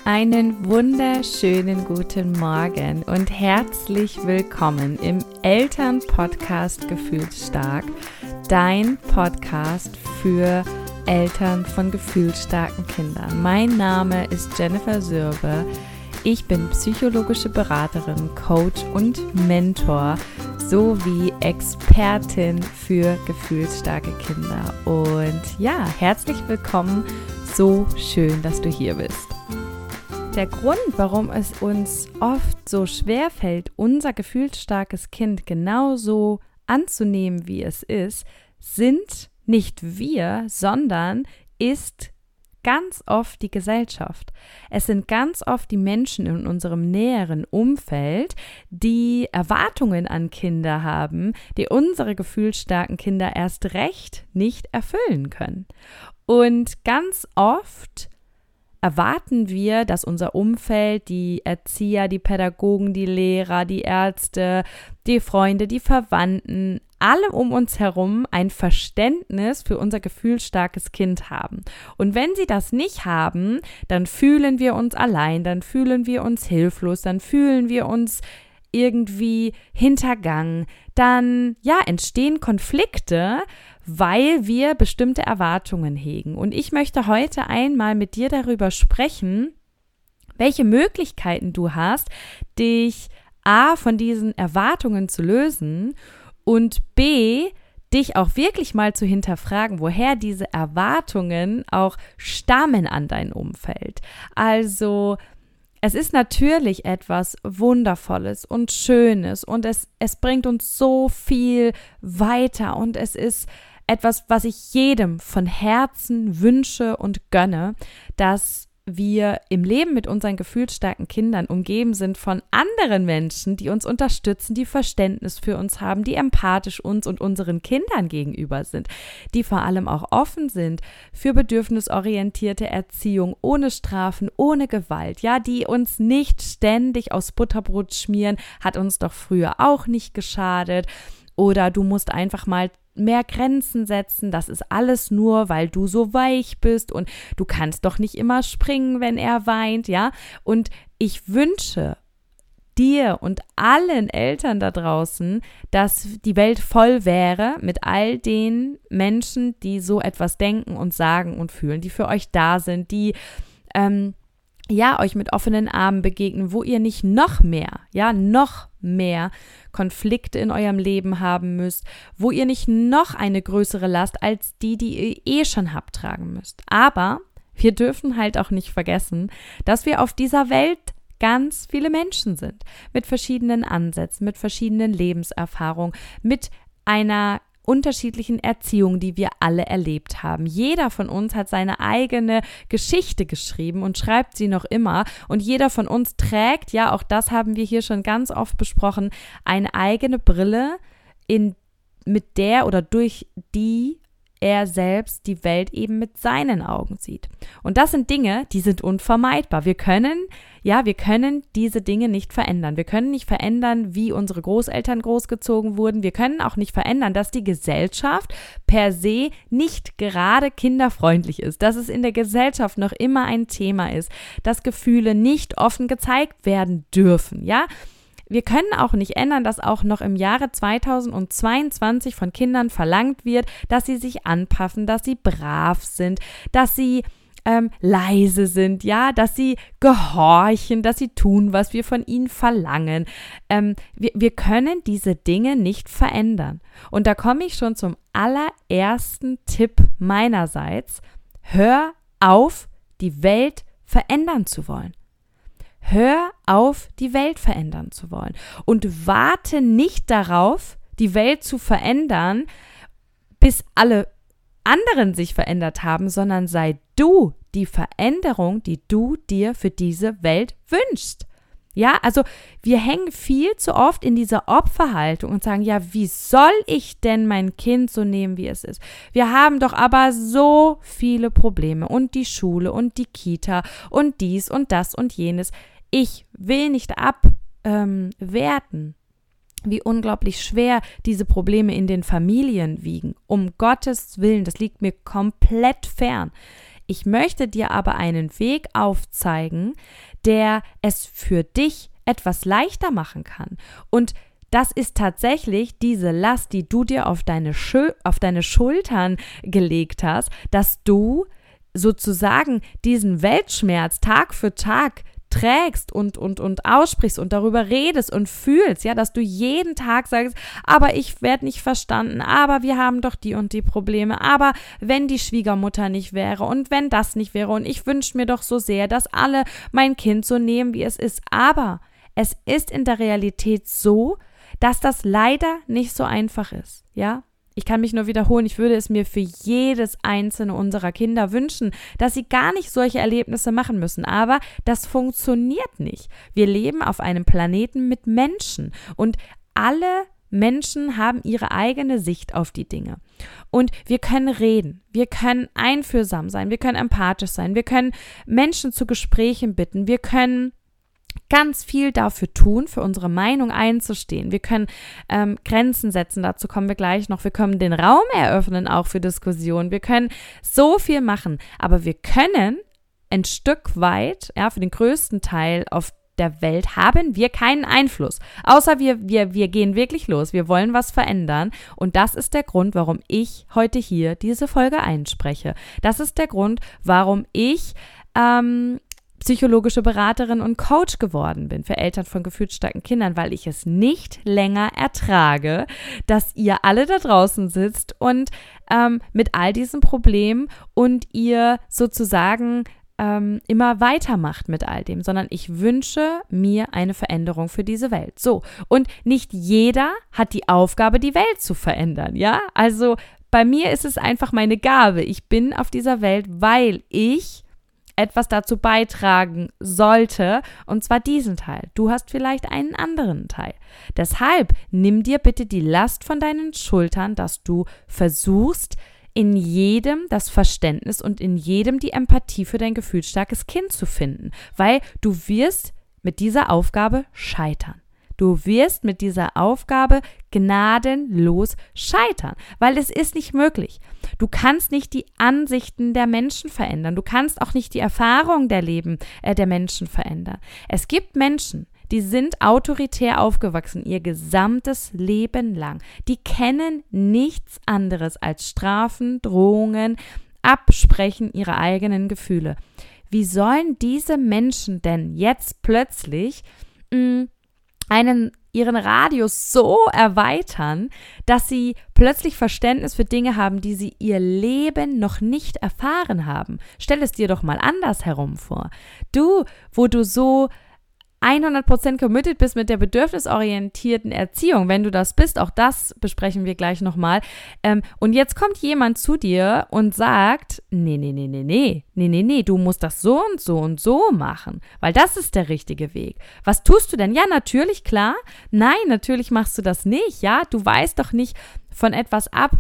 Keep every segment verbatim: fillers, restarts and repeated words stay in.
Einen wunderschönen guten Morgen und herzlich willkommen im Elternpodcast Gefühlsstark, dein Podcast für Eltern von gefühlsstarken Kindern. Mein Name ist Jennifer Sürbe. Ich bin psychologische Beraterin, Coach und Mentor sowie Expertin für gefühlsstarke Kinder. Und ja, herzlich willkommen. So schön, dass du hier bist. Der Grund, warum es uns oft so schwer fällt, unser gefühlsstarkes Kind genauso anzunehmen, wie es ist, sind nicht wir, sondern ist ganz oft die Gesellschaft. Es sind ganz oft die Menschen in unserem näheren Umfeld, die Erwartungen an Kinder haben, die unsere gefühlsstarken Kinder erst recht nicht erfüllen können. Und ganz oft erwarten wir, dass unser Umfeld, die Erzieher, die Pädagogen, die Lehrer, die Ärzte, die Freunde, die Verwandten, alle um uns herum ein Verständnis für unser gefühlsstarkes Kind haben. Und wenn sie das nicht haben, dann fühlen wir uns allein, dann fühlen wir uns hilflos, dann fühlen wir uns irgendwie hintergangen. Dann, ja, entstehen Konflikte, weil wir bestimmte Erwartungen hegen. Und ich möchte heute einmal mit dir darüber sprechen, welche Möglichkeiten du hast, dich A, von diesen Erwartungen zu lösen und B, dich auch wirklich mal zu hinterfragen, woher diese Erwartungen auch stammen an dein Umfeld. Also es ist natürlich etwas Wundervolles und Schönes und es, es bringt uns so viel weiter und es ist etwas, was ich jedem von Herzen wünsche und gönne, dass wir im Leben mit unseren gefühlsstarken Kindern umgeben sind von anderen Menschen, die uns unterstützen, die Verständnis für uns haben, die empathisch uns und unseren Kindern gegenüber sind, die vor allem auch offen sind für bedürfnisorientierte Erziehung, ohne Strafen, ohne Gewalt, ja, die uns nicht ständig aus Butterbrot schmieren, hat uns doch früher auch nicht geschadet. Oder du musst einfach mal mehr Grenzen setzen, das ist alles nur, weil du so weich bist und du kannst doch nicht immer springen, wenn er weint, ja. Und ich wünsche dir und allen Eltern da draußen, dass die Welt voll wäre mit all den Menschen, die so etwas denken und sagen und fühlen, die für euch da sind, die ähm, ja, euch mit offenen Armen begegnen, wo ihr nicht noch mehr, ja, noch mehr Konflikte in eurem Leben haben müsst, wo ihr nicht noch eine größere Last als die, die ihr eh schon habt, tragen müsst. Aber wir dürfen halt auch nicht vergessen, dass wir auf dieser Welt ganz viele Menschen sind, mit verschiedenen Ansätzen, mit verschiedenen Lebenserfahrungen, mit einer unterschiedlichen Erziehungen, die wir alle erlebt haben. Jeder von uns hat seine eigene Geschichte geschrieben und schreibt sie noch immer und jeder von uns trägt, ja, auch das haben wir hier schon ganz oft besprochen, eine eigene Brille, in, mit der oder durch die er selbst die Welt eben mit seinen Augen sieht. Und das sind Dinge, die sind unvermeidbar. Wir können, ja, wir können diese Dinge nicht verändern. Wir können nicht verändern, wie unsere Großeltern großgezogen wurden. Wir können auch nicht verändern, dass die Gesellschaft per se nicht gerade kinderfreundlich ist, dass es in der Gesellschaft noch immer ein Thema ist, dass Gefühle nicht offen gezeigt werden dürfen, ja. Wir können auch nicht ändern, dass auch noch im Jahre zweitausendzweiundzwanzig von Kindern verlangt wird, dass sie sich anpassen, dass sie brav sind, dass sie ähm, leise sind, ja, dass sie gehorchen, dass sie tun, was wir von ihnen verlangen. Ähm, wir, wir können diese Dinge nicht verändern. Und da komme ich schon zum allerersten Tipp meinerseits. Hör auf, die Welt verändern zu wollen. Hör auf, die Welt verändern zu wollen und warte nicht darauf, die Welt zu verändern, bis alle anderen sich verändert haben, sondern sei du die Veränderung, die du dir für diese Welt wünschst. Ja, also wir hängen viel zu oft in dieser Opferhaltung und sagen, ja, wie soll ich denn mein Kind so nehmen, wie es ist? Wir haben doch aber so viele Probleme und die Schule und die Kita und dies und das und jenes. Ich will nicht abwerten, ähm, wie unglaublich schwer diese Probleme in den Familien wiegen. Um Gottes Willen, das liegt mir komplett fern. Ich möchte dir aber einen Weg aufzeigen, der es für dich etwas leichter machen kann. Und das ist tatsächlich diese Last, die du dir auf deine, Schul- auf deine Schultern gelegt hast, dass du sozusagen diesen Weltschmerz Tag für Tag trägst und, und, und aussprichst und darüber redest und fühlst, ja, dass du jeden Tag sagst, aber ich werde nicht verstanden, aber wir haben doch die und die Probleme, aber wenn die Schwiegermutter nicht wäre und wenn das nicht wäre und ich wünsche mir doch so sehr, dass alle mein Kind so nehmen, wie es ist, aber es ist in der Realität so, dass das leider nicht so einfach ist, ja. Ich kann mich nur wiederholen, ich würde es mir für jedes einzelne unserer Kinder wünschen, dass sie gar nicht solche Erlebnisse machen müssen, aber das funktioniert nicht. Wir leben auf einem Planeten mit Menschen und alle Menschen haben ihre eigene Sicht auf die Dinge. Und wir können reden, wir können einfühlsam sein, wir können empathisch sein, wir können Menschen zu Gesprächen bitten, wir können ganz viel dafür tun, für unsere Meinung einzustehen. Wir können ähm, Grenzen setzen, dazu kommen wir gleich noch. Wir können den Raum eröffnen, auch für Diskussionen. Wir können so viel machen, aber wir können ein Stück weit, ja, für den größten Teil auf der Welt haben wir keinen Einfluss. Außer wir, wir, wir gehen wirklich los. Wir wollen was verändern. Und das ist der Grund, warum ich heute hier diese Folge einspreche. Das ist der Grund, warum ich ähm, psychologische Beraterin und Coach geworden bin für Eltern von gefühlsstarken Kindern, weil ich es nicht länger ertrage, dass ihr alle da draußen sitzt und ähm, mit all diesen Problemen und ihr sozusagen ähm, immer weitermacht mit all dem, sondern ich wünsche mir eine Veränderung für diese Welt. So, und nicht jeder hat die Aufgabe, die Welt zu verändern, ja? Also bei mir ist es einfach meine Gabe. Ich bin auf dieser Welt, weil ich etwas dazu beitragen sollte, und zwar diesen Teil. Du hast vielleicht einen anderen Teil. Deshalb nimm dir bitte die Last von deinen Schultern, dass du versuchst, in jedem das Verständnis und in jedem die Empathie für dein gefühlsstarkes Kind zu finden, weil du wirst mit dieser Aufgabe scheitern. Du wirst mit dieser Aufgabe gnadenlos scheitern, weil es ist nicht möglich. Du kannst nicht die Ansichten der Menschen verändern. Du kannst auch nicht die Erfahrung der Leben äh, der Menschen verändern. Es gibt Menschen, die sind autoritär aufgewachsen, ihr gesamtes Leben lang. Die kennen nichts anderes als Strafen, Drohungen, Absprechen ihrer eigenen Gefühle. Wie sollen diese Menschen denn jetzt plötzlich mh, einen ihren Radius so erweitern, dass sie plötzlich Verständnis für Dinge haben, die sie ihr Leben noch nicht erfahren haben? Stell es dir doch mal andersherum vor. Du, wo du so hundert Prozent committed bist mit der bedürfnisorientierten Erziehung, wenn du das bist, auch das besprechen wir gleich nochmal. Ähm, und jetzt kommt jemand zu dir und sagt, nee, nee, nee, nee, nee, nee, nee, nee, du musst das so und so und so machen, weil das ist der richtige Weg. Was tust du denn? Ja, natürlich, klar. Nein, natürlich machst du das nicht, ja. Du weißt doch nicht von etwas ab,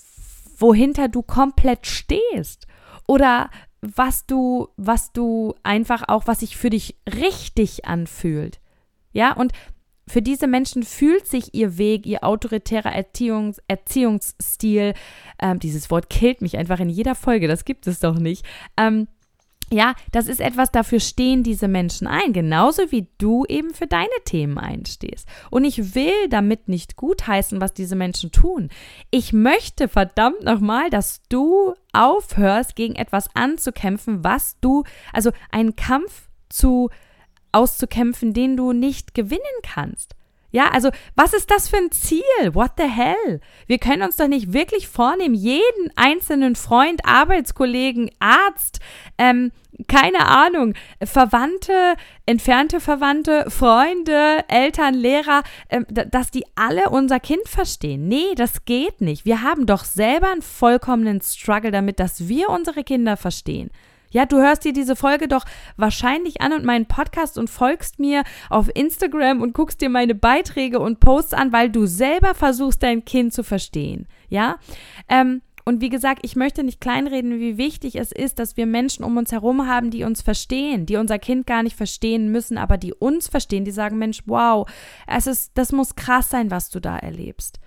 wohinter du komplett stehst. Oder was du, was du einfach auch, was sich für dich richtig anfühlt. Ja, und für diese Menschen fühlt sich ihr Weg, ihr autoritärer Erziehungs- Erziehungsstil, ähm, dieses Wort killt mich einfach in jeder Folge, das gibt es doch nicht, ähm, ja, das ist etwas, dafür stehen diese Menschen ein, genauso wie du eben für deine Themen einstehst. Und ich will damit nicht gutheißen, was diese Menschen tun. Ich möchte verdammt nochmal, dass du aufhörst, gegen etwas anzukämpfen, was du, also einen Kampf zu auszukämpfen, den du nicht gewinnen kannst. Ja, also was ist das für ein Ziel? What the hell? Wir können uns doch nicht wirklich vornehmen, jeden einzelnen Freund, Arbeitskollegen, Arzt, ähm, keine Ahnung, Verwandte, entfernte Verwandte, Freunde, Eltern, Lehrer, ähm, dass die alle unser Kind verstehen. Nee, das geht nicht. Wir haben doch selber einen vollkommenen Struggle damit, dass wir unsere Kinder verstehen. Ja, du hörst dir diese Folge doch wahrscheinlich an und meinen Podcast und folgst mir auf Instagram und guckst dir meine Beiträge und Posts an, weil du selber versuchst, dein Kind zu verstehen. Ja, ähm, und wie gesagt, ich möchte nicht kleinreden, wie wichtig es ist, dass wir Menschen um uns herum haben, die uns verstehen, die unser Kind gar nicht verstehen müssen, aber die uns verstehen, die sagen, Mensch, wow, es ist, das muss krass sein, was du da erlebst.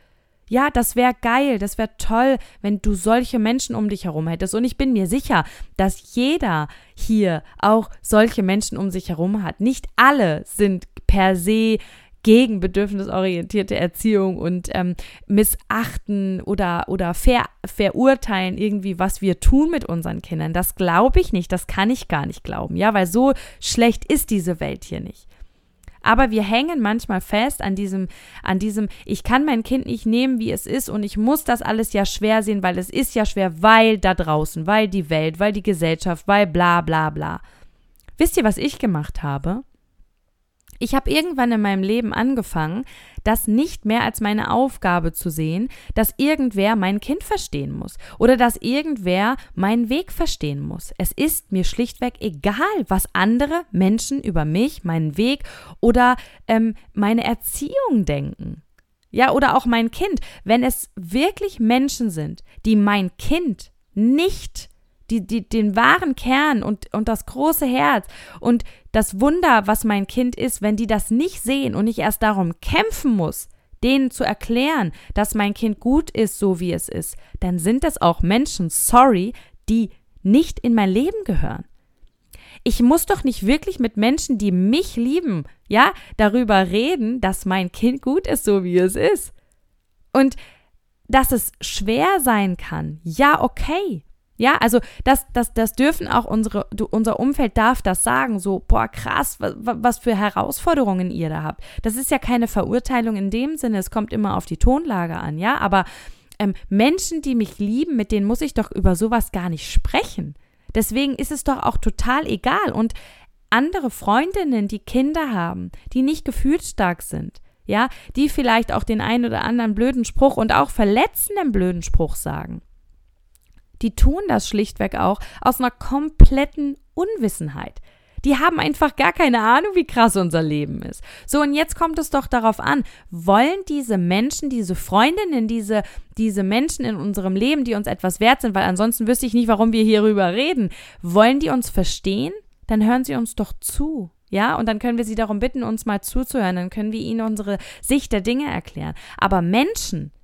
Ja, das wäre geil, das wäre toll, wenn du solche Menschen um dich herum hättest. Und ich bin mir sicher, dass jeder hier auch solche Menschen um sich herum hat. Nicht alle sind per se gegen bedürfnisorientierte Erziehung und ähm, missachten oder, oder ver, verurteilen irgendwie, was wir tun mit unseren Kindern. Das glaube ich nicht, das kann ich gar nicht glauben, ja, weil so schlecht ist diese Welt hier nicht. Aber wir hängen manchmal fest an diesem, an diesem, ich kann mein Kind nicht nehmen, wie es ist und ich muss das alles ja schwer sehen, weil es ist ja schwer, weil da draußen, weil die Welt, weil die Gesellschaft, weil bla bla bla. Wisst ihr, was ich gemacht habe? Ich habe irgendwann in meinem Leben angefangen, das nicht mehr als meine Aufgabe zu sehen, dass irgendwer mein Kind verstehen muss oder dass irgendwer meinen Weg verstehen muss. Es ist mir schlichtweg egal, was andere Menschen über mich, meinen Weg oder ähm, meine Erziehung denken. Ja, oder auch mein Kind. Wenn es wirklich Menschen sind, die mein Kind nicht Die, die, den wahren Kern und, und das große Herz und das Wunder, was mein Kind ist, wenn die das nicht sehen und ich erst darum kämpfen muss, denen zu erklären, dass mein Kind gut ist, so wie es ist, dann sind das auch Menschen, sorry, die nicht in mein Leben gehören. Ich muss doch nicht wirklich mit Menschen, die mich lieben, ja, darüber reden, dass mein Kind gut ist, so wie es ist. Und dass es schwer sein kann, ja, okay. Ja, also das, das, das dürfen auch unsere, unser Umfeld darf das sagen, so, boah, krass, was, was für Herausforderungen ihr da habt. Das ist ja keine Verurteilung in dem Sinne, es kommt immer auf die Tonlage an, ja, aber ähm, Menschen, die mich lieben, mit denen muss ich doch über sowas gar nicht sprechen. Deswegen ist es doch auch total egal und andere Freundinnen, die Kinder haben, die nicht gefühlsstark sind, ja, die vielleicht auch den einen oder anderen blöden Spruch und auch verletzenden blöden Spruch sagen. Die tun das schlichtweg auch aus einer kompletten Unwissenheit. Die haben einfach gar keine Ahnung, wie krass unser Leben ist. So, und jetzt kommt es doch darauf an, wollen diese Menschen, diese Freundinnen, diese, diese Menschen in unserem Leben, die uns etwas wert sind, weil ansonsten wüsste ich nicht, warum wir hierüber reden, wollen die uns verstehen? Dann hören sie uns doch zu. Ja, und dann können wir sie darum bitten, uns mal zuzuhören, dann können wir ihnen unsere Sicht der Dinge erklären. Aber Menschen,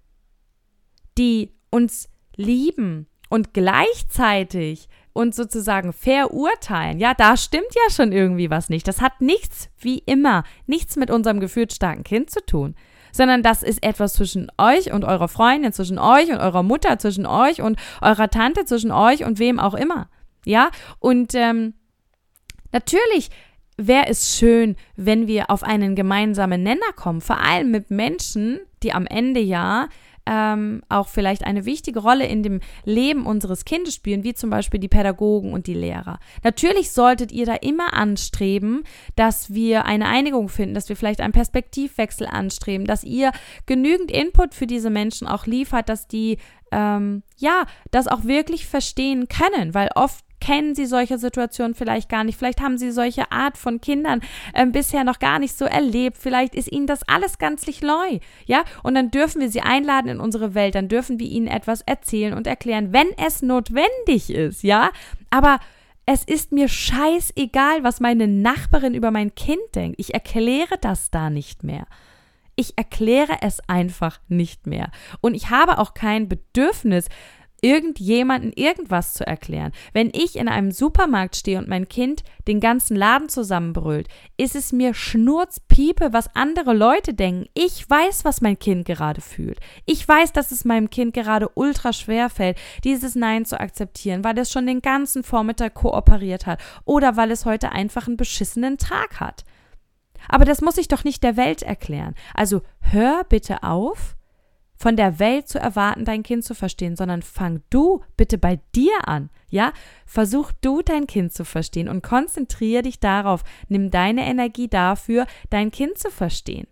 die uns lieben, und gleichzeitig uns sozusagen verurteilen, ja, da stimmt ja schon irgendwie was nicht. Das hat nichts, wie immer, nichts mit unserem gefühlsstarken Kind zu tun, sondern das ist etwas zwischen euch und eurer Freundin, zwischen euch und eurer Mutter, zwischen euch und eurer Tante, zwischen euch und wem auch immer, ja, und ähm, natürlich wäre es schön, wenn wir auf einen gemeinsamen Nenner kommen, vor allem mit Menschen, die am Ende ja Ähm, auch vielleicht eine wichtige Rolle in dem Leben unseres Kindes spielen, wie zum Beispiel die Pädagogen und die Lehrer. Natürlich solltet ihr da immer anstreben, dass wir eine Einigung finden, dass wir vielleicht einen Perspektivwechsel anstreben, dass ihr genügend Input für diese Menschen auch liefert, dass die ähm, ja, das auch wirklich verstehen können, weil oft kennen sie solche Situationen vielleicht gar nicht, vielleicht haben sie solche Art von Kindern äh, bisher noch gar nicht so erlebt, vielleicht ist ihnen das alles ganzlich neu, ja, und dann dürfen wir sie einladen in unsere Welt, dann dürfen wir ihnen etwas erzählen und erklären, wenn es notwendig ist, ja, aber es ist mir scheißegal, was meine Nachbarin über mein Kind denkt, ich erkläre das da nicht mehr. Ich erkläre es einfach nicht mehr und ich habe auch kein Bedürfnis, irgendjemanden irgendwas zu erklären. Wenn ich in einem Supermarkt stehe und mein Kind den ganzen Laden zusammenbrüllt, ist es mir Schnurzpiepe, was andere Leute denken. Ich weiß, was mein Kind gerade fühlt. Ich weiß, dass es meinem Kind gerade ultra schwer fällt, dieses Nein zu akzeptieren, weil es schon den ganzen Vormittag kooperiert hat oder weil es heute einfach einen beschissenen Tag hat. Aber das muss ich doch nicht der Welt erklären. Also hör bitte auf, von der Welt zu erwarten, dein Kind zu verstehen, sondern fang du bitte bei dir an, ja? Versuch du, dein Kind zu verstehen und konzentriere dich darauf, nimm deine Energie dafür, dein Kind zu verstehen.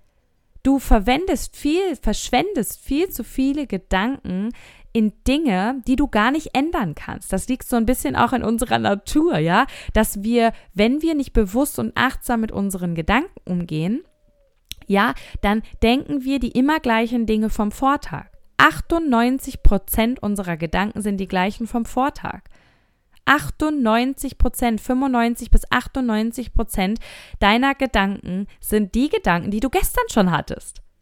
Du verwendest viel, verschwendest viel zu viele Gedanken in Dinge, die du gar nicht ändern kannst. Das liegt so ein bisschen auch in unserer Natur, ja? Dass wir, wenn wir nicht bewusst und achtsam mit unseren Gedanken umgehen, ja, dann denken wir die immer gleichen Dinge vom Vortag. achtundneunzig Prozent unserer Gedanken sind die gleichen vom Vortag. achtundneunzig Prozent, fünfundneunzig bis achtundneunzig Prozent deiner Gedanken sind die Gedanken, die du gestern schon hattest.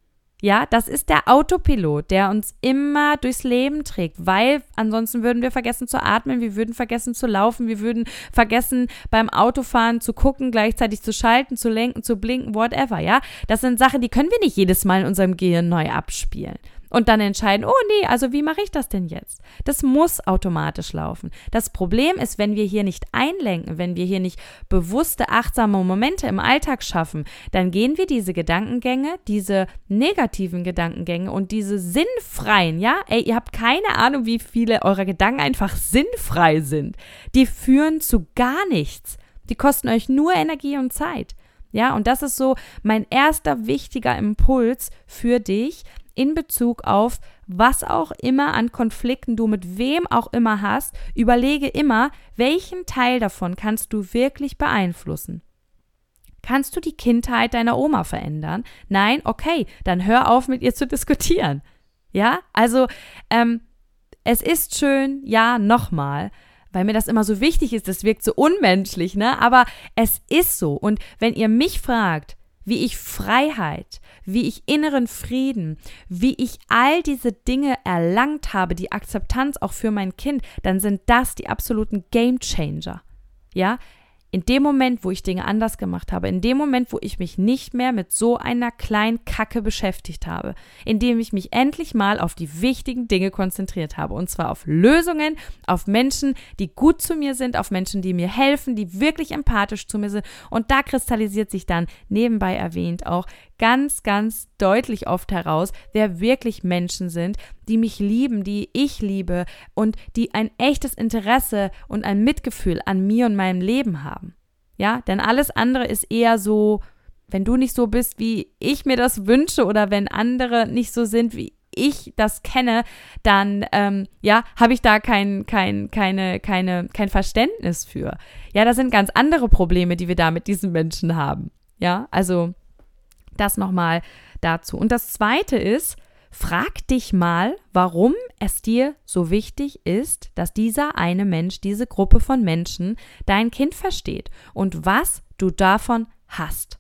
Ja, das ist der Autopilot, der uns immer durchs Leben trägt, weil ansonsten würden wir vergessen zu atmen, wir würden vergessen zu laufen, wir würden vergessen beim Autofahren zu gucken, gleichzeitig zu schalten, zu lenken, zu blinken, whatever, ja. Das sind Sachen, die können wir nicht jedes Mal in unserem Gehirn neu abspielen. Und dann entscheiden, oh nee, also wie mache ich das denn jetzt? Das muss automatisch laufen. Das Problem ist, wenn wir hier nicht einlenken, wenn wir hier nicht bewusste, achtsame Momente im Alltag schaffen, dann gehen wir diese Gedankengänge, diese negativen Gedankengänge und diese sinnfreien, ja, ey, ihr habt keine Ahnung, wie viele eurer Gedanken einfach sinnfrei sind. Die führen zu gar nichts. Die kosten euch nur Energie und Zeit. Ja, und das ist so mein erster wichtiger Impuls für dich, in Bezug auf was auch immer an Konflikten du mit wem auch immer hast, überlege immer, welchen Teil davon kannst du wirklich beeinflussen. Kannst du die Kindheit deiner Oma verändern? Nein? Okay, dann hör auf, mit ihr zu diskutieren. Ja, also ähm, es ist schön, ja, nochmal, weil mir das immer so wichtig ist, das wirkt so unmenschlich, ne? Aber es ist so. Und wenn ihr mich fragt, wie ich Freiheit, wie ich inneren Frieden, wie ich all diese Dinge erlangt habe, die Akzeptanz auch für mein Kind, dann sind das die absoluten Gamechanger. Ja, in dem Moment, wo ich Dinge anders gemacht habe, in dem Moment, wo ich mich nicht mehr mit so einer kleinen Kacke beschäftigt habe, in dem ich mich endlich mal auf die wichtigen Dinge konzentriert habe, und zwar auf Lösungen, auf Menschen, die gut zu mir sind, auf Menschen, die mir helfen, die wirklich empathisch zu mir sind, und da kristallisiert sich dann, nebenbei erwähnt, auch ganz, ganz deutlich oft heraus, wer wirklich Menschen sind, die mich lieben, die ich liebe und die ein echtes Interesse und ein Mitgefühl an mir und meinem Leben haben. Ja, denn alles andere ist eher so, wenn du nicht so bist, wie ich mir das wünsche, oder wenn andere nicht so sind, wie ich das kenne, dann ähm, ja, habe ich da kein, kein, keine, keine, kein Verständnis für. Ja, das sind ganz andere Probleme, die wir da mit diesen Menschen haben. Ja, also das nochmal dazu. Und das Zweite ist, frag dich mal, warum es dir so wichtig ist, dass dieser eine Mensch, diese Gruppe von Menschen dein Kind versteht und was du davon hast.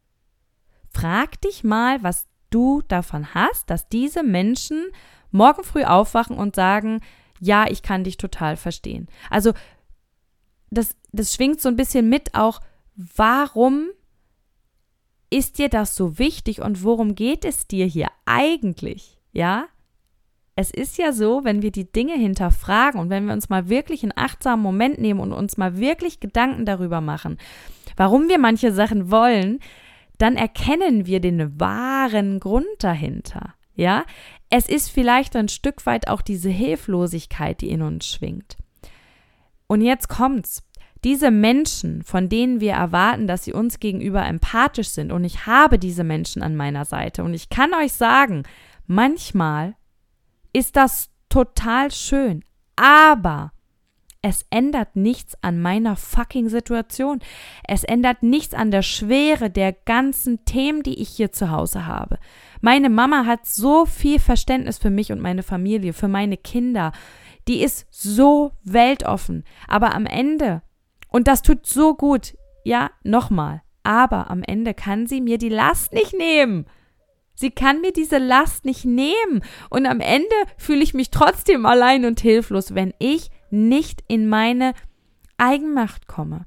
Frag dich mal, was du davon hast, dass diese Menschen morgen früh aufwachen und sagen, ja, ich kann dich total verstehen. Also das, das schwingt so ein bisschen mit auch, warum ist dir das so wichtig und worum geht es dir hier eigentlich? Ja, es ist ja so, wenn wir die Dinge hinterfragen und wenn wir uns mal wirklich einen achtsamen Moment nehmen und uns mal wirklich Gedanken darüber machen, warum wir manche Sachen wollen, dann erkennen wir den wahren Grund dahinter. Ja, es ist vielleicht ein Stück weit auch diese Hilflosigkeit, die in uns schwingt. Und jetzt kommt's. Diese Menschen, von denen wir erwarten, dass sie uns gegenüber empathisch sind, und ich habe diese Menschen an meiner Seite, und ich kann euch sagen, manchmal ist das total schön, aber es ändert nichts an meiner fucking Situation. Es ändert nichts an der Schwere der ganzen Themen, die ich hier zu Hause habe. Meine Mama hat so viel Verständnis für mich und meine Familie, für meine Kinder. Die ist so weltoffen, aber am Ende, und das tut so gut, ja, nochmal, aber am Ende kann sie mir die Last nicht nehmen. Sie kann mir diese Last nicht nehmen. Und am Ende fühle ich mich trotzdem allein und hilflos, wenn ich nicht in meine Eigenmacht komme.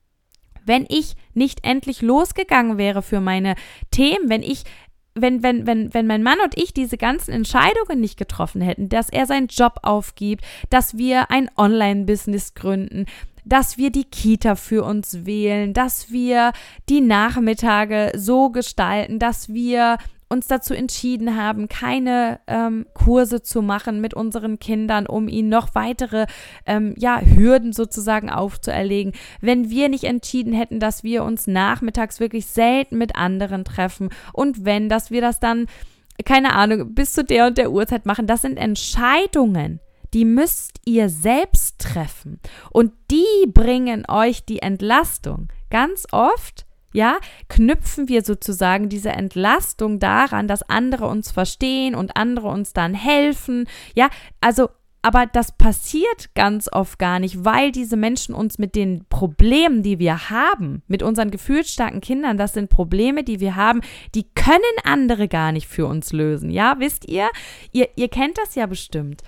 Wenn ich nicht endlich losgegangen wäre für meine Themen, wenn ich Wenn, wenn, wenn, wenn mein Mann und ich diese ganzen Entscheidungen nicht getroffen hätten, dass er seinen Job aufgibt, dass wir ein Online-Business gründen, dass wir die Kita für uns wählen, dass wir die Nachmittage so gestalten, dass wir uns dazu entschieden haben, keine ähm, Kurse zu machen mit unseren Kindern, um ihnen noch weitere ähm, ja, Hürden sozusagen aufzuerlegen. Wenn wir nicht entschieden hätten, dass wir uns nachmittags wirklich selten mit anderen treffen, und wenn, dass wir das dann, keine Ahnung, bis zu der und der Uhrzeit machen, das sind Entscheidungen, die müsst ihr selbst treffen, und die bringen euch die Entlastung. Ganz oft Ja, knüpfen wir sozusagen diese Entlastung daran, dass andere uns verstehen und andere uns dann helfen. Ja, also Aber das passiert ganz oft gar nicht, weil diese Menschen uns mit den Problemen, die wir haben, mit unseren gefühlsstarken Kindern, das sind Probleme, die wir haben, die können andere gar nicht für uns lösen. Ja, wisst ihr? Ihr, ihr kennt das ja bestimmt.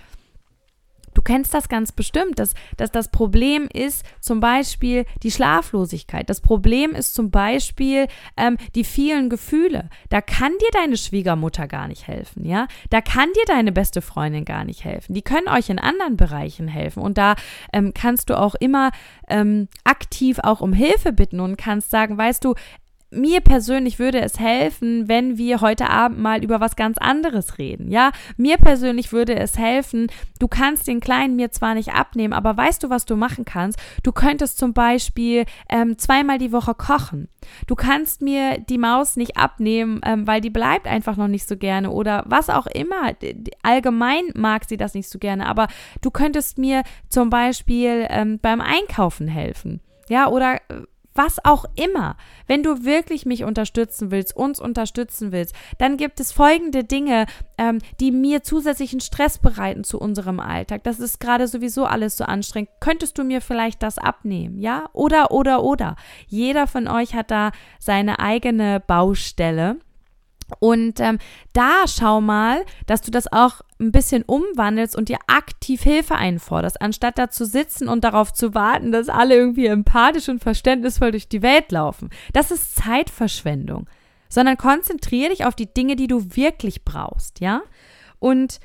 Du kennst das ganz bestimmt, dass, dass das Problem ist zum Beispiel die Schlaflosigkeit. Das Problem ist zum Beispiel ähm, die vielen Gefühle. Da kann dir deine Schwiegermutter gar nicht helfen, ja? Da kann dir deine beste Freundin gar nicht helfen. Die können euch in anderen Bereichen helfen. Und da ähm, kannst du auch immer ähm, aktiv auch um Hilfe bitten und kannst sagen, weißt du, mir persönlich würde es helfen, wenn wir heute Abend mal über was ganz anderes reden, ja? Mir persönlich würde es helfen, du kannst den Kleinen mir zwar nicht abnehmen, aber weißt du, was du machen kannst? Du könntest zum Beispiel ähm, zweimal die Woche kochen. Du kannst mir die Maus nicht abnehmen, ähm, weil die bleibt einfach noch nicht so gerne oder was auch immer. Allgemein mag sie das nicht so gerne, aber du könntest mir zum Beispiel ähm, beim Einkaufen helfen, ja? Oder was auch immer. Wenn du wirklich mich unterstützen willst, uns unterstützen willst, dann gibt es folgende Dinge, ähm, die mir zusätzlichen Stress bereiten zu unserem Alltag. Das ist gerade sowieso alles so anstrengend. Könntest du mir vielleicht das abnehmen, ja? Oder, oder, oder. Jeder von euch hat da seine eigene Baustelle. Und ähm, da schau mal, dass du das auch ein bisschen umwandelst und dir aktiv Hilfe einforderst, anstatt da zu sitzen und darauf zu warten, dass alle irgendwie empathisch und verständnisvoll durch die Welt laufen. Das ist Zeitverschwendung, sondern konzentriere dich auf die Dinge, die du wirklich brauchst, ja? Und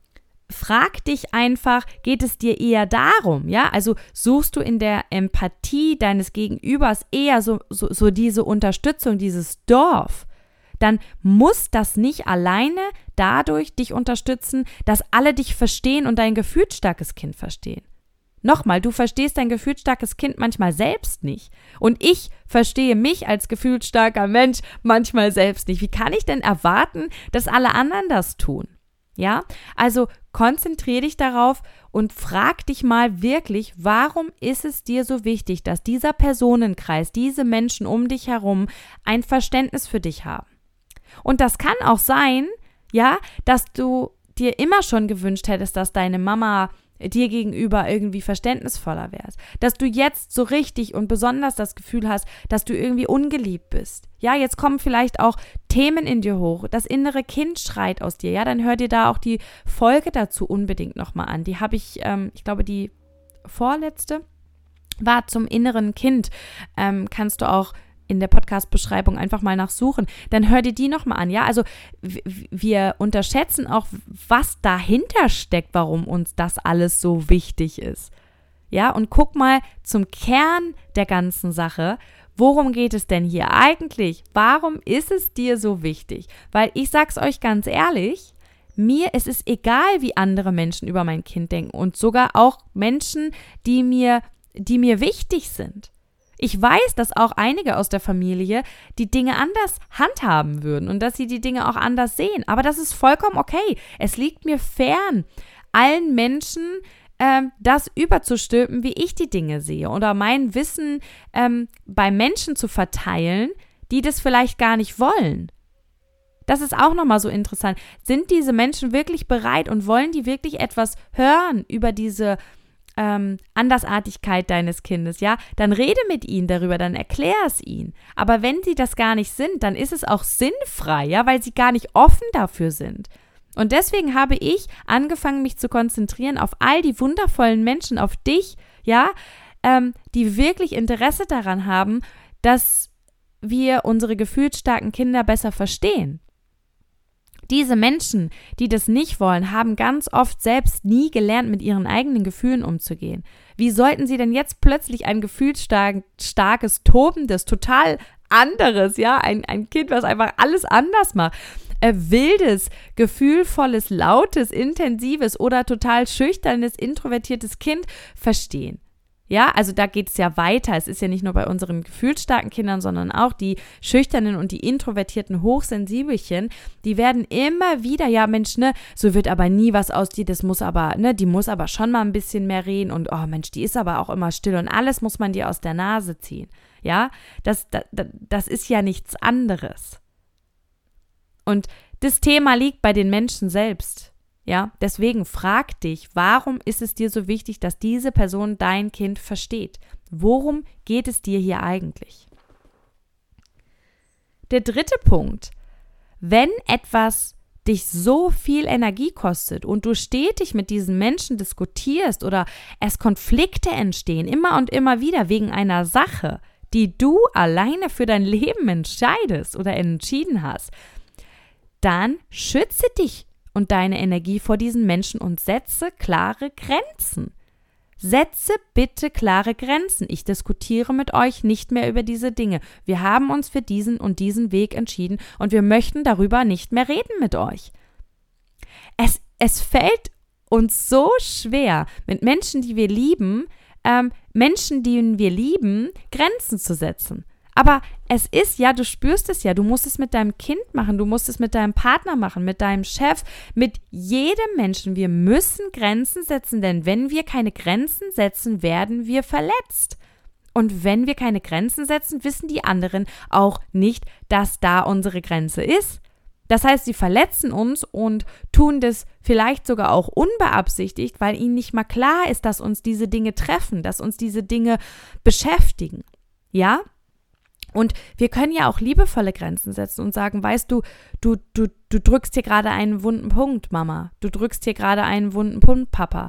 frag dich einfach, geht es dir eher darum, ja? Also suchst du in der Empathie deines Gegenübers eher so, so, so diese Unterstützung, dieses Dorf? Dann muss das nicht alleine dadurch dich unterstützen, dass alle dich verstehen und dein gefühlsstarkes Kind verstehen. Nochmal, du verstehst dein gefühlsstarkes Kind manchmal selbst nicht. Und ich verstehe mich als gefühlsstarker Mensch manchmal selbst nicht. Wie kann ich denn erwarten, dass alle anderen das tun? Ja, also konzentriere dich darauf und frag dich mal wirklich, warum ist es dir so wichtig, dass dieser Personenkreis, diese Menschen um dich herum ein Verständnis für dich haben? Und das kann auch sein, ja, dass du dir immer schon gewünscht hättest, dass deine Mama dir gegenüber irgendwie verständnisvoller wärst. Dass du jetzt so richtig und besonders das Gefühl hast, dass du irgendwie ungeliebt bist. Ja, jetzt kommen vielleicht auch Themen in dir hoch. Das innere Kind schreit aus dir. Ja, dann hör dir da auch die Folge dazu unbedingt nochmal an. Die habe ich, ähm, ich glaube, die vorletzte war zum inneren Kind. Ähm, kannst du auch in der Podcast-Beschreibung einfach mal nachsuchen, dann hör dir die nochmal an, ja, also w- wir unterschätzen auch, was dahinter steckt, warum uns das alles so wichtig ist, ja, und guck mal zum Kern der ganzen Sache, worum geht es denn hier eigentlich, warum ist es dir so wichtig, weil ich sag's euch ganz ehrlich, mir es ist egal, wie andere Menschen über mein Kind denken und sogar auch Menschen, die mir, die mir wichtig sind. Ich weiß, dass auch einige aus der Familie die Dinge anders handhaben würden und dass sie die Dinge auch anders sehen. Aber das ist vollkommen okay. Es liegt mir fern, allen Menschen ähm, das überzustülpen, wie ich die Dinge sehe oder mein Wissen ähm, bei Menschen zu verteilen, die das vielleicht gar nicht wollen. Das ist auch nochmal so interessant. Sind diese Menschen wirklich bereit und wollen die wirklich etwas hören über diese Ähm, Andersartigkeit deines Kindes, ja, dann rede mit ihnen darüber, dann erklär es ihnen. Aber wenn sie das gar nicht sind, dann ist es auch sinnfrei, ja, weil sie gar nicht offen dafür sind. Und deswegen habe ich angefangen, mich zu konzentrieren auf all die wundervollen Menschen, auf dich, ja, ähm, die wirklich Interesse daran haben, dass wir unsere gefühlsstarken Kinder besser verstehen. Diese Menschen, die das nicht wollen, haben ganz oft selbst nie gelernt, mit ihren eigenen Gefühlen umzugehen. Wie sollten sie denn jetzt plötzlich ein gefühlsstarkes, tobendes, total anderes, ja, ein, ein Kind, was einfach alles anders macht, äh, wildes, gefühlvolles, lautes, intensives oder total schüchternes, introvertiertes Kind verstehen? Ja, also da geht es ja weiter. Es ist ja nicht nur bei unseren gefühlsstarken Kindern, sondern auch die schüchternen und die introvertierten Hochsensibelchen, die werden immer wieder, ja Mensch, ne, so wird aber nie was aus dir, das muss aber, ne, die muss aber schon mal ein bisschen mehr reden und oh Mensch, die ist aber auch immer still und alles muss man dir aus der Nase ziehen. Ja, das, das, das ist ja nichts anderes. Und das Thema liegt bei den Menschen selbst. Ja, deswegen frag dich, warum ist es dir so wichtig, dass diese Person dein Kind versteht? Worum geht es dir hier eigentlich? Der dritte Punkt, wenn etwas dich so viel Energie kostet und du stetig mit diesen Menschen diskutierst oder es Konflikte entstehen, immer und immer wieder wegen einer Sache, die du alleine für dein Leben entscheidest oder entschieden hast, dann schütze dich und deine Energie vor diesen Menschen und setze klare Grenzen. Setze bitte klare Grenzen. Ich diskutiere mit euch nicht mehr über diese Dinge. Wir haben uns für diesen und diesen Weg entschieden und wir möchten darüber nicht mehr reden mit euch. Es, es fällt uns so schwer, mit Menschen, die wir lieben, ähm, Menschen, die wir lieben, Grenzen zu setzen. Aber es ist ja, du spürst es ja, du musst es mit deinem Kind machen, du musst es mit deinem Partner machen, mit deinem Chef, mit jedem Menschen. Wir müssen Grenzen setzen, denn wenn wir keine Grenzen setzen, werden wir verletzt. Und wenn wir keine Grenzen setzen, wissen die anderen auch nicht, dass da unsere Grenze ist. Das heißt, sie verletzen uns und tun das vielleicht sogar auch unbeabsichtigt, weil ihnen nicht mal klar ist, dass uns diese Dinge treffen, dass uns diese Dinge beschäftigen. Ja? Und wir können ja auch liebevolle Grenzen setzen und sagen, weißt du, du, du, du drückst hier gerade einen wunden Punkt, Mama. Du drückst hier gerade einen wunden Punkt, Papa.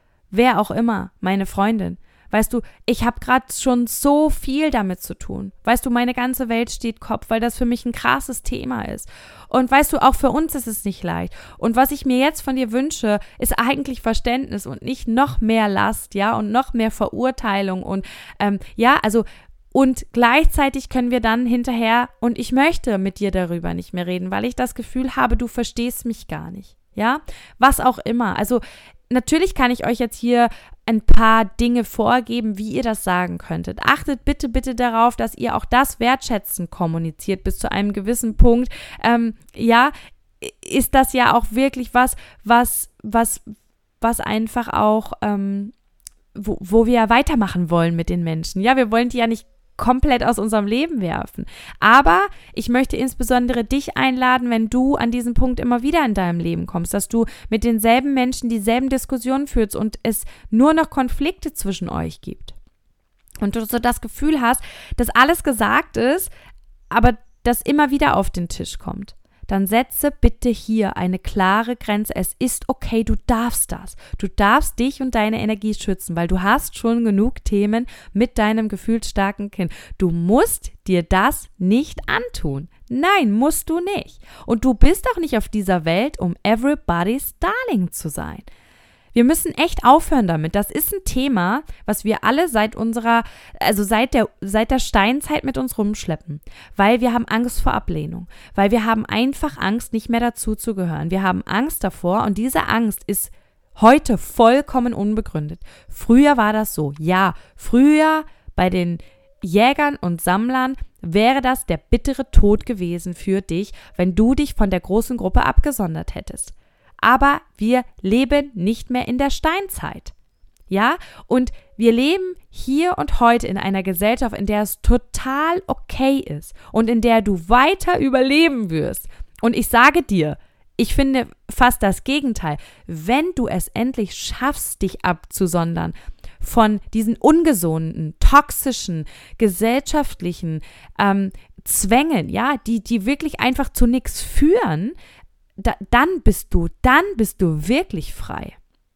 Wer auch immer, meine Freundin. Weißt du, ich habe gerade schon so viel damit zu tun. Weißt du, meine ganze Welt steht Kopf, weil das für mich ein krasses Thema ist. Und weißt du, auch für uns ist es nicht leicht. Und was ich mir jetzt von dir wünsche, ist eigentlich Verständnis und nicht noch mehr Last, ja, und noch mehr Verurteilung und ähm, ja, also und gleichzeitig können wir dann hinterher, und ich möchte mit dir darüber nicht mehr reden, weil ich das Gefühl habe, du verstehst mich gar nicht, ja, was auch immer. Also natürlich kann ich euch jetzt hier ein paar Dinge vorgeben, wie ihr das sagen könntet. Achtet bitte, bitte darauf, dass ihr auch das wertschätzend kommuniziert bis zu einem gewissen Punkt. Ähm, ja, ist das ja auch wirklich was, was, was, was einfach auch, ähm, wo, wo wir ja weitermachen wollen mit den Menschen. Ja, wir wollen die ja nicht komplett aus unserem Leben werfen. Aber ich möchte insbesondere dich einladen, wenn du an diesen Punkt immer wieder in deinem Leben kommst, dass du mit denselben Menschen dieselben Diskussionen führst und es nur noch Konflikte zwischen euch gibt. Und du so das Gefühl hast, dass alles gesagt ist, aber das immer wieder auf den Tisch kommt. Dann setze bitte hier eine klare Grenze. Es ist okay, du darfst das. Du darfst dich und deine Energie schützen, weil du hast schon genug Themen mit deinem gefühlsstarken Kind. Du musst dir das nicht antun. Nein, musst du nicht. Und du bist auch nicht auf dieser Welt, um everybody's darling zu sein. Wir müssen echt aufhören damit. Das ist ein Thema, was wir alle seit unserer, also seit der, seit der Steinzeit mit uns rumschleppen. Weil wir haben Angst vor Ablehnung. Weil wir haben einfach Angst, nicht mehr dazu zu gehören. Wir haben Angst davor und diese Angst ist heute vollkommen unbegründet. Früher war das so. Ja, früher bei den Jägern und Sammlern wäre das der bittere Tod gewesen für dich, wenn du dich von der großen Gruppe abgesondert hättest. Aber wir leben nicht mehr in der Steinzeit, ja, und wir leben hier und heute in einer Gesellschaft, in der es total okay ist und in der du weiter überleben wirst. Und ich sage dir, ich finde fast das Gegenteil, wenn du es endlich schaffst, dich abzusondern von diesen ungesunden, toxischen, gesellschaftlichen ähm, Zwängen, ja, die, die wirklich einfach zu nichts führen, Da, dann bist du, dann bist du wirklich frei.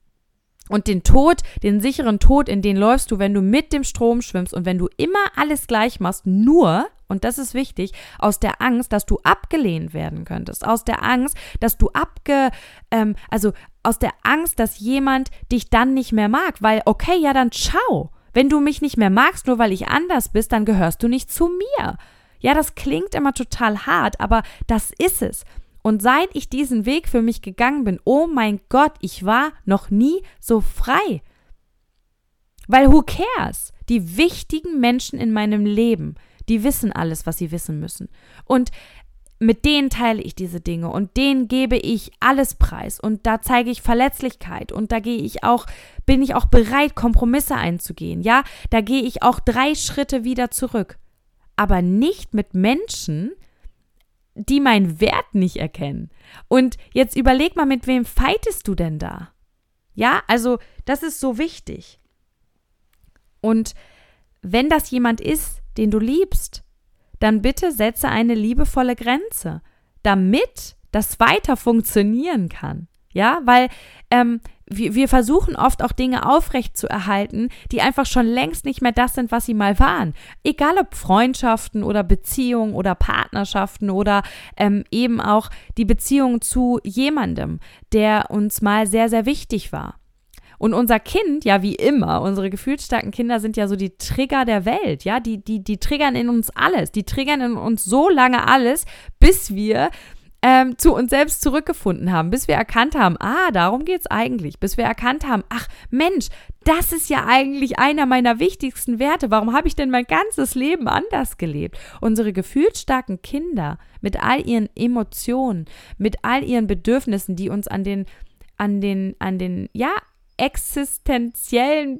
Und den Tod, den sicheren Tod, in den läufst du, wenn du mit dem Strom schwimmst und wenn du immer alles gleich machst, nur, und das ist wichtig, aus der Angst, dass du abgelehnt werden könntest, aus der Angst, dass du abge, ähm, also aus der Angst, dass jemand dich dann nicht mehr mag, weil, okay, ja dann ciao. Wenn du mich nicht mehr magst, nur weil ich anders bist, dann gehörst du nicht zu mir. Ja, das klingt immer total hart, aber das ist es. Und seit ich diesen Weg für mich gegangen bin, oh mein Gott, ich war noch nie so frei. Weil who cares? Die wichtigen Menschen in meinem Leben, die wissen alles, was sie wissen müssen. Und mit denen teile ich diese Dinge und denen gebe ich alles preis. Und da zeige ich Verletzlichkeit und da gehe ich auch, bin ich auch bereit, Kompromisse einzugehen. Ja, da gehe ich auch drei Schritte wieder zurück. Aber nicht mit Menschen, die meinen Wert nicht erkennen. Und jetzt überleg mal, mit wem fightest du denn da? Ja, also das ist so wichtig. Und wenn das jemand ist, den du liebst, dann bitte setze eine liebevolle Grenze, damit das weiter funktionieren kann. Ja, weil ähm, wir, wir versuchen oft auch Dinge aufrechtzuerhalten, die einfach schon längst nicht mehr das sind, was sie mal waren. Egal ob Freundschaften oder Beziehungen oder Partnerschaften oder ähm, eben auch die Beziehung zu jemandem, der uns mal sehr, sehr wichtig war. Und unser Kind, ja wie immer, unsere gefühlsstarken Kinder sind ja so die Trigger der Welt, ja, die, die, die triggern in uns alles, die triggern in uns so lange alles, bis wir Ähm, zu uns selbst zurückgefunden haben, bis wir erkannt haben, ah, darum geht's eigentlich, bis wir erkannt haben, ach Mensch, das ist ja eigentlich einer meiner wichtigsten Werte, warum habe ich denn mein ganzes Leben anders gelebt? Unsere gefühlsstarken Kinder mit all ihren Emotionen, mit all ihren Bedürfnissen, die uns an den, an den, an den, ja, existenziellen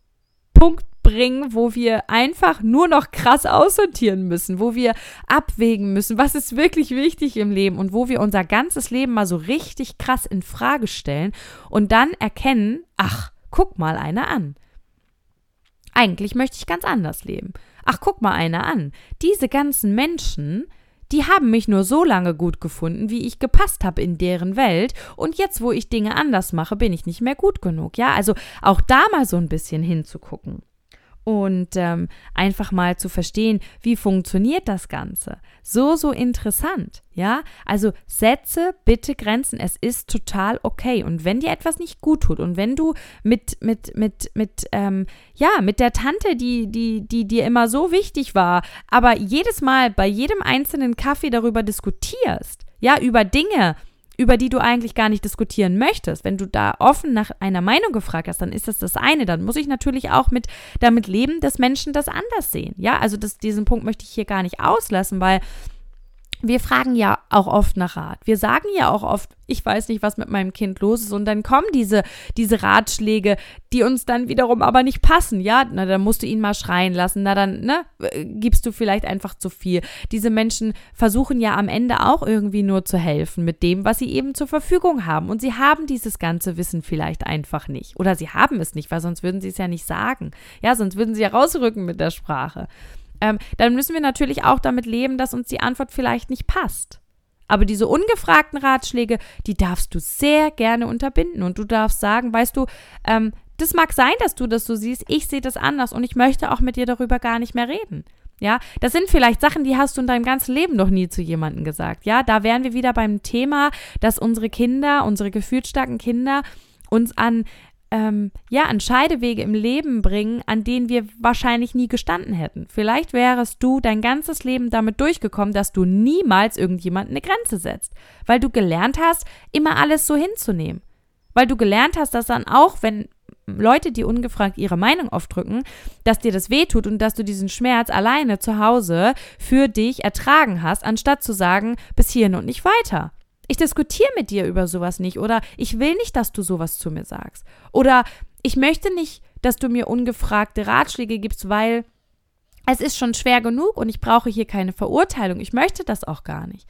Punkt bringen, wo wir einfach nur noch krass aussortieren müssen, wo wir abwägen müssen, was ist wirklich wichtig im Leben und wo wir unser ganzes Leben mal so richtig krass in Frage stellen und dann erkennen, ach, guck mal einer an. Eigentlich möchte ich ganz anders leben. Ach, guck mal einer an. Diese ganzen Menschen, die haben mich nur so lange gut gefunden, wie ich gepasst habe in deren Welt und jetzt, wo ich Dinge anders mache, bin ich nicht mehr gut genug. Ja, also auch da mal so ein bisschen hinzugucken. Und ähm, einfach mal zu verstehen, wie funktioniert das Ganze. So, so interessant, ja? Also setze bitte Grenzen, es ist total okay. Und wenn dir etwas nicht gut tut und wenn du mit, mit, mit, mit, ähm, ja, mit der Tante, die, die, die dir immer so wichtig war, aber jedes Mal bei jedem einzelnen Kaffee darüber diskutierst, ja, über Dinge, über die du eigentlich gar nicht diskutieren möchtest. Wenn du da offen nach einer Meinung gefragt hast, dann ist das das eine. Dann muss ich natürlich auch mit damit leben, dass Menschen das anders sehen. Ja, also das, diesen Punkt möchte ich hier gar nicht auslassen, weil wir fragen ja auch oft nach Rat. Wir sagen ja auch oft, ich weiß nicht, was mit meinem Kind los ist. Und dann kommen diese, diese Ratschläge, die uns dann wiederum aber nicht passen. Ja, na, dann musst du ihn mal schreien lassen. Na, dann, ne, gibst du vielleicht einfach zu viel. Diese Menschen versuchen ja am Ende auch irgendwie nur zu helfen mit dem, was sie eben zur Verfügung haben. Und sie haben dieses ganze Wissen vielleicht einfach nicht. Oder sie haben es nicht, weil sonst würden sie es ja nicht sagen. Ja, sonst würden sie ja rausrücken mit der Sprache. Ähm, dann müssen wir natürlich auch damit leben, dass uns die Antwort vielleicht nicht passt. Aber diese ungefragten Ratschläge, die darfst du sehr gerne unterbinden und du darfst sagen, weißt du, ähm, das mag sein, dass du das so siehst, ich sehe das anders und ich möchte auch mit dir darüber gar nicht mehr reden. Ja, das sind vielleicht Sachen, die hast du in deinem ganzen Leben noch nie zu jemandem gesagt. Ja, da wären wir wieder beim Thema, dass unsere Kinder, unsere gefühlsstarken Kinder uns an Ähm, ja, an Scheidewege im Leben bringen, an denen wir wahrscheinlich nie gestanden hätten. Vielleicht wärest du dein ganzes Leben damit durchgekommen, dass du niemals irgendjemandem eine Grenze setzt, weil du gelernt hast, immer alles so hinzunehmen. Weil du gelernt hast, dass dann auch, wenn Leute dir ungefragt ihre Meinung aufdrücken, dass dir das wehtut und dass du diesen Schmerz alleine zu Hause für dich ertragen hast, anstatt zu sagen, bis hierhin und nicht weiter. Ich diskutiere mit dir über sowas nicht oder ich will nicht, dass du sowas zu mir sagst. Oder ich möchte nicht, dass du mir ungefragte Ratschläge gibst, weil es ist schon schwer genug und ich brauche hier keine Verurteilung. Ich möchte das auch gar nicht.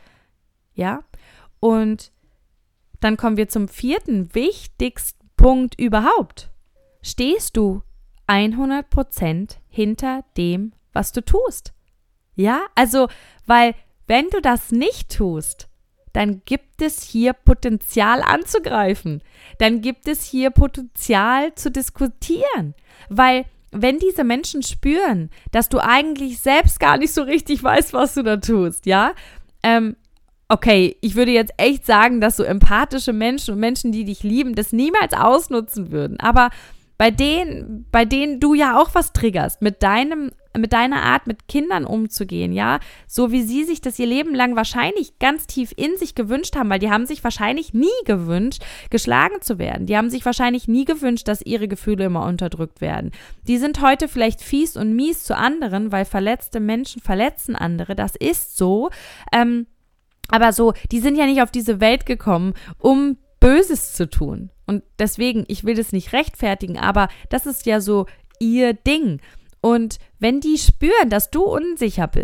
Ja? Und dann kommen wir zum vierten wichtigsten Punkt überhaupt. Stehst du hundert Prozent hinter dem, was du tust? Ja? Also, weil wenn du das nicht tust, dann gibt es hier Potenzial anzugreifen. Dann gibt es hier Potenzial zu diskutieren. Weil wenn diese Menschen spüren, dass du eigentlich selbst gar nicht so richtig weißt, was du da tust, ja, ähm, okay, ich würde jetzt echt sagen, dass so empathische Menschen und Menschen, die dich lieben, das niemals ausnutzen würden. Aber bei denen, bei denen du ja auch was triggerst, mit deinem mit deiner Art, mit Kindern umzugehen, ja, so wie sie sich das ihr Leben lang wahrscheinlich ganz tief in sich gewünscht haben, weil die haben sich wahrscheinlich nie gewünscht, geschlagen zu werden. Die haben sich wahrscheinlich nie gewünscht, dass ihre Gefühle immer unterdrückt werden. Die sind heute vielleicht fies und mies zu anderen, weil verletzte Menschen verletzen andere, das ist so, ähm, aber so, die sind ja nicht auf diese Welt gekommen, um Böses zu tun. Und deswegen, ich will das nicht rechtfertigen, aber das ist ja so ihr Ding. Und wenn die spüren, dass du unsicher bist,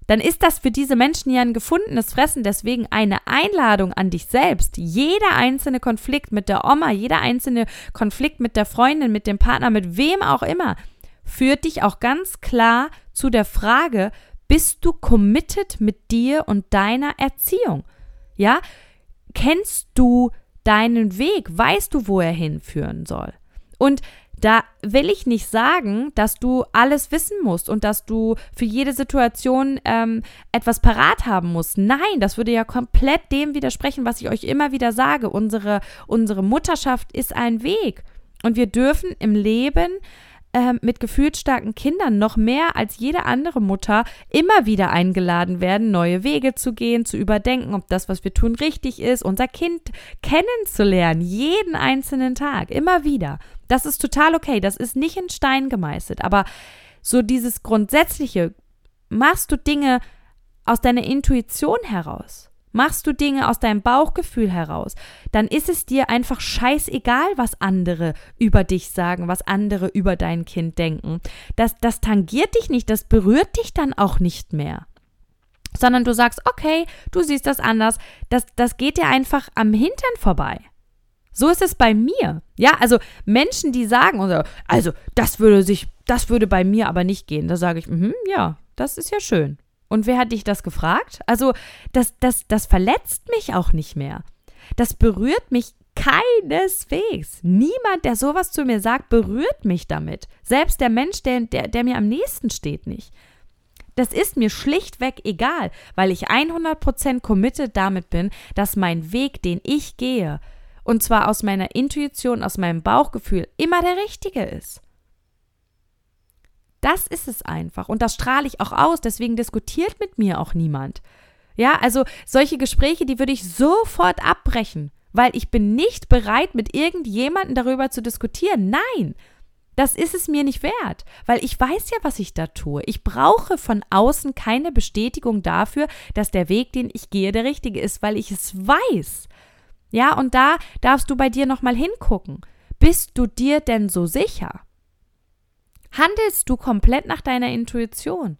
dann ist das für diese Menschen ja ein gefundenes Fressen. Deswegen eine Einladung an dich selbst. Jeder einzelne Konflikt mit der Oma, jeder einzelne Konflikt mit der Freundin, mit dem Partner, mit wem auch immer, führt dich auch ganz klar zu der Frage, bist du committed mit dir und deiner Erziehung? Ja? Kennst du deinen Weg? Weißt du, wo er hinführen soll? Und da will ich nicht sagen, dass du alles wissen musst und dass du für jede Situation ähm, etwas parat haben musst. Nein, das würde ja komplett dem widersprechen, was ich euch immer wieder sage. Unsere, unsere Mutterschaft ist ein Weg und wir dürfen im Leben ähm, mit gefühlsstarken Kindern noch mehr als jede andere Mutter immer wieder eingeladen werden, neue Wege zu gehen, zu überdenken, ob das, was wir tun, richtig ist, unser Kind kennenzulernen, jeden einzelnen Tag, immer wieder. Das ist total okay, das ist nicht in Stein gemeißelt, aber so dieses Grundsätzliche, machst du Dinge aus deiner Intuition heraus, machst du Dinge aus deinem Bauchgefühl heraus, dann ist es dir einfach scheißegal, was andere über dich sagen, was andere über dein Kind denken. Das, das tangiert dich nicht, das berührt dich dann auch nicht mehr. Sondern du sagst, okay, du siehst das anders, das, das geht dir einfach am Hintern vorbei. So ist es bei mir. Ja, also Menschen, die sagen, also das würde sich, das würde bei mir aber nicht gehen. Da sage ich, mh, ja, das ist ja schön. Und wer hat dich das gefragt? Also das, das, das verletzt mich auch nicht mehr. Das berührt mich keineswegs. Niemand, der sowas zu mir sagt, berührt mich damit. Selbst der Mensch, der, der, der mir am nächsten steht, nicht. Das ist mir schlichtweg egal, weil ich hundert Prozent committed damit bin, dass mein Weg, den ich gehe, und zwar aus meiner Intuition, aus meinem Bauchgefühl, immer der richtige ist. Das ist es einfach. Und das strahle ich auch aus, deswegen diskutiert mit mir auch niemand. Ja, also solche Gespräche, die würde ich sofort abbrechen, weil ich bin nicht bereit, mit irgendjemandem darüber zu diskutieren. Nein, das ist es mir nicht wert, weil ich weiß ja, was ich da tue. Ich brauche von außen keine Bestätigung dafür, dass der Weg, den ich gehe, der richtige ist, weil ich es weiß. Ja, und da darfst du bei dir nochmal hingucken. Bist du dir denn so sicher? Handelst du komplett nach deiner Intuition?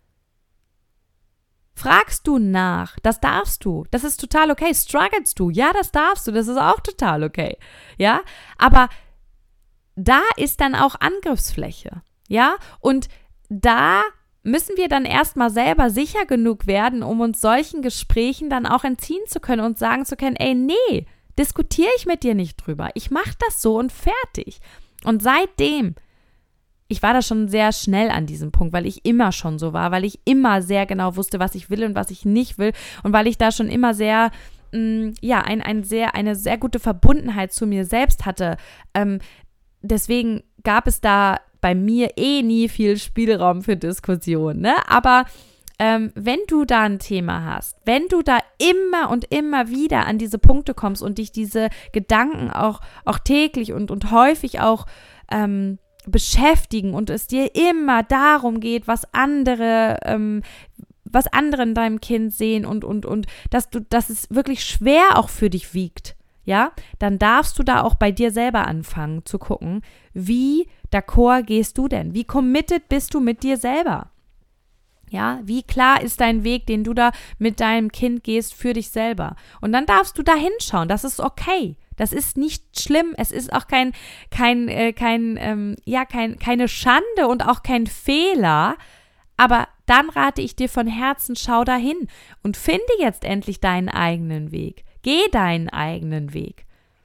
Fragst du nach? Das darfst du. Das ist total okay. Strugglest du? Ja, das darfst du. Das ist auch total okay. Ja, aber da ist dann auch Angriffsfläche. Ja, und da müssen wir dann erstmal selber sicher genug werden, um uns solchen Gesprächen dann auch entziehen zu können und sagen zu können, ey, nee, diskutiere ich mit dir nicht drüber. Ich mache das so und fertig. Und seitdem, ich war da schon sehr schnell an diesem Punkt, weil ich immer schon so war, weil ich immer sehr genau wusste, was ich will und was ich nicht will und weil ich da schon immer sehr, mh, ja, ein, ein sehr, eine sehr gute Verbundenheit zu mir selbst hatte. Ähm, deswegen gab es da bei mir eh nie viel Spielraum für Diskussion, ne? Aber ähm, wenn du da ein Thema hast, wenn du da immer und immer wieder an diese Punkte kommst und dich diese Gedanken auch, auch täglich und, und häufig auch ähm, beschäftigen und es dir immer darum geht, was andere, ähm, was andere in deinem Kind sehen und, und, und dass du, dass es wirklich schwer auch für dich wiegt, ja, dann darfst du da auch bei dir selber anfangen zu gucken, wie d'accord gehst du denn? Wie committed bist du mit dir selber? Ja, wie klar ist dein Weg, den du da mit deinem Kind gehst für dich selber? Und dann darfst du da hinschauen, das ist okay. Das ist nicht schlimm, es ist auch kein, kein, äh, kein, ähm, ja, kein, keine Schande und auch kein Fehler, aber dann rate ich dir von Herzen, schau dahin und finde jetzt endlich deinen eigenen Weg. Geh deinen eigenen Weg.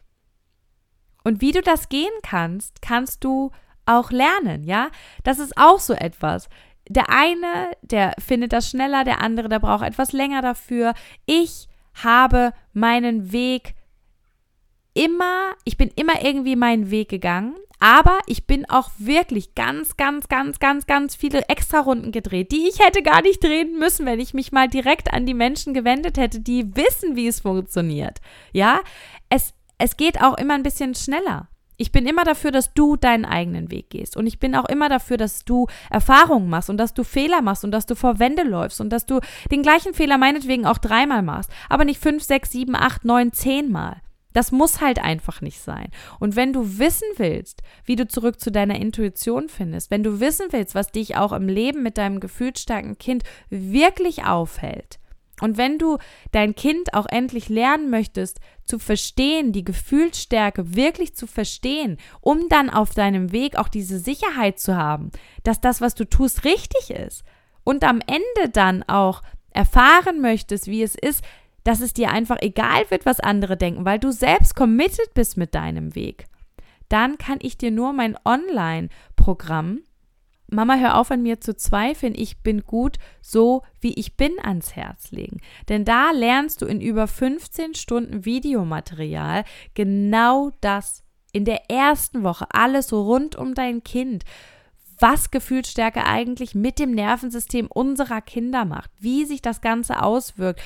Und wie du das gehen kannst, kannst du auch lernen, ja? Das ist auch so etwas. Der eine, der findet das schneller, der andere, der braucht etwas länger dafür. Ich habe meinen Weg immer, ich bin immer irgendwie meinen Weg gegangen, aber ich bin auch wirklich ganz, ganz, ganz, ganz, ganz viele Extrarunden gedreht, die ich hätte gar nicht drehen müssen, wenn ich mich mal direkt an die Menschen gewendet hätte, die wissen, wie es funktioniert. Ja, es, es geht auch immer ein bisschen schneller. Ich bin immer dafür, dass du deinen eigenen Weg gehst und ich bin auch immer dafür, dass du Erfahrungen machst und dass du Fehler machst und dass du vor Wände läufst und dass du den gleichen Fehler meinetwegen auch dreimal machst, aber nicht fünf, sechs, sieben, acht, neun, zehn Mal. Das muss halt einfach nicht sein. Und wenn du wissen willst, wie du zurück zu deiner Intuition findest, wenn du wissen willst, was dich auch im Leben mit deinem gefühlsstarken Kind wirklich aufhält, und wenn du dein Kind auch endlich lernen möchtest, zu verstehen, die Gefühlsstärke wirklich zu verstehen, um dann auf deinem Weg auch diese Sicherheit zu haben, dass das, was du tust, richtig ist, und am Ende dann auch erfahren möchtest, wie es ist, dass es dir einfach egal wird, was andere denken, weil du selbst committed bist mit deinem Weg, dann kann ich dir nur mein Online-Programm Mama, hör auf an mir zu zweifeln, ich bin gut, so wie ich bin, ans Herz legen. Denn da lernst du in über fünfzehn Stunden Videomaterial genau das. In der ersten Woche alles rund um dein Kind, was Gefühlsstärke eigentlich mit dem Nervensystem unserer Kinder macht, wie sich das Ganze auswirkt,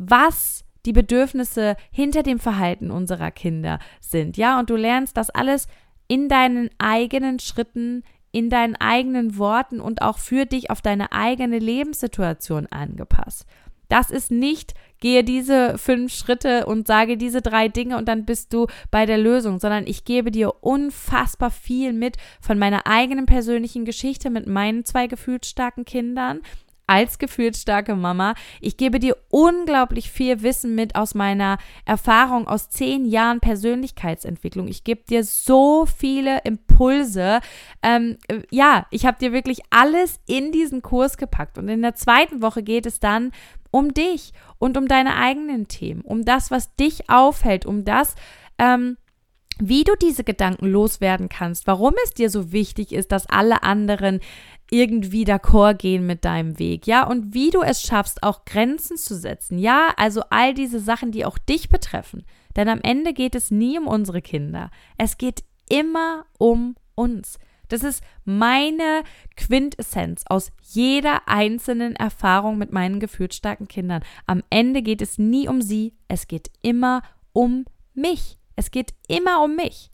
was die Bedürfnisse hinter dem Verhalten unserer Kinder sind. Ja, und du lernst das alles in deinen eigenen Schritten, in deinen eigenen Worten und auch für dich auf deine eigene Lebenssituation angepasst. Das ist nicht, gehe diese fünf Schritte und sage diese drei Dinge und dann bist du bei der Lösung, sondern ich gebe dir unfassbar viel mit von meiner eigenen persönlichen Geschichte mit meinen zwei gefühlsstarken Kindern als gefühlsstarke Mama. Ich gebe dir unglaublich viel Wissen mit aus meiner Erfahrung aus zehn Jahren Persönlichkeitsentwicklung. Ich gebe dir so viele Impulse. Ähm, ja, ich habe dir wirklich alles in diesen Kurs gepackt. Und in der zweiten Woche geht es dann um dich und um deine eigenen Themen, um das, was dich aufhält, um das, ähm, wie du diese Gedanken loswerden kannst, warum es dir so wichtig ist, dass alle anderen irgendwie d'accord gehen mit deinem Weg, ja, und wie du es schaffst, auch Grenzen zu setzen, ja, also all diese Sachen, die auch dich betreffen, denn am Ende geht es nie um unsere Kinder, es geht immer um uns. Das ist meine Quintessenz aus jeder einzelnen Erfahrung mit meinen gefühlsstarken Kindern. Am Ende geht es nie um sie, es geht immer um mich. Es geht immer um mich.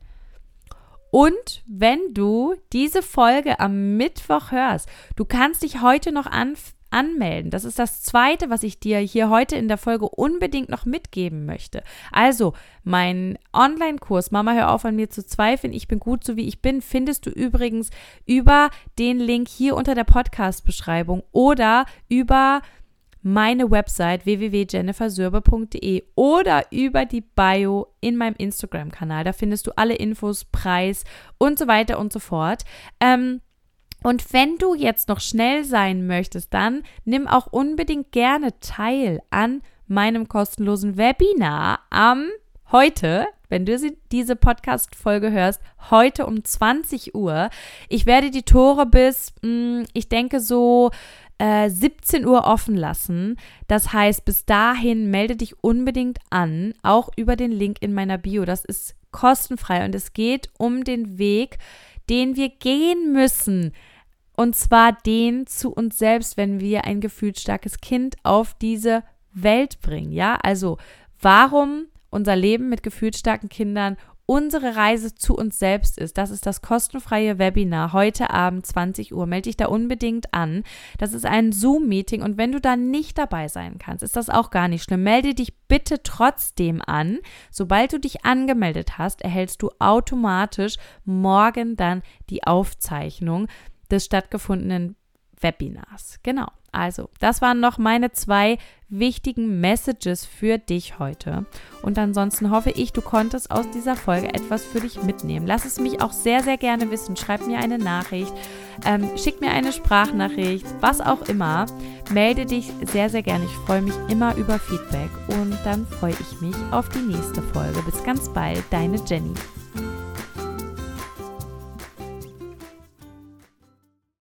Und wenn du diese Folge am Mittwoch hörst, du kannst dich heute noch an, anmelden. Das ist das Zweite, was ich dir hier heute in der Folge unbedingt noch mitgeben möchte. Also, mein Online-Kurs Mama, hör auf an mir zu zweifeln, ich bin gut, so wie ich bin, findest du übrigens über den Link hier unter der Podcast-Beschreibung oder über meine Website w w w punkt jennifer sörbe punkt de oder über die Bio in meinem Instagram-Kanal. Da findest du alle Infos, Preis und so weiter und so fort. Ähm, und wenn du jetzt noch schnell sein möchtest, dann nimm auch unbedingt gerne teil an meinem kostenlosen Webinar am heute, wenn du diese Podcast-Folge hörst, heute um zwanzig Uhr. Ich werde die Tore bis, mh, ich denke so, siebzehn Uhr offen lassen. Das heißt, bis dahin melde dich unbedingt an, auch über den Link in meiner Bio. Das ist kostenfrei und es geht um den Weg, den wir gehen müssen. Und zwar den zu uns selbst, wenn wir ein gefühlsstarkes Kind auf diese Welt bringen. Ja, also warum unser Leben mit gefühlsstarken Kindern unsere Reise zu uns selbst ist. Das ist das kostenfreie Webinar heute Abend zwanzig Uhr. Melde dich da unbedingt an. Das ist ein Zoom-Meeting und wenn du da nicht dabei sein kannst, ist das auch gar nicht schlimm. Melde dich bitte trotzdem an. Sobald du dich angemeldet hast, erhältst du automatisch morgen dann die Aufzeichnung des stattgefundenen Webinars. Genau. Also, das waren noch meine zwei wichtigen Messages für dich heute. Und ansonsten hoffe ich, du konntest aus dieser Folge etwas für dich mitnehmen. Lass es mich auch sehr, sehr gerne wissen. Schreib mir eine Nachricht, ähm, schick mir eine Sprachnachricht, was auch immer. Melde dich sehr, sehr gerne. Ich freue mich immer über Feedback und dann freue ich mich auf die nächste Folge. Bis ganz bald, deine Jenny.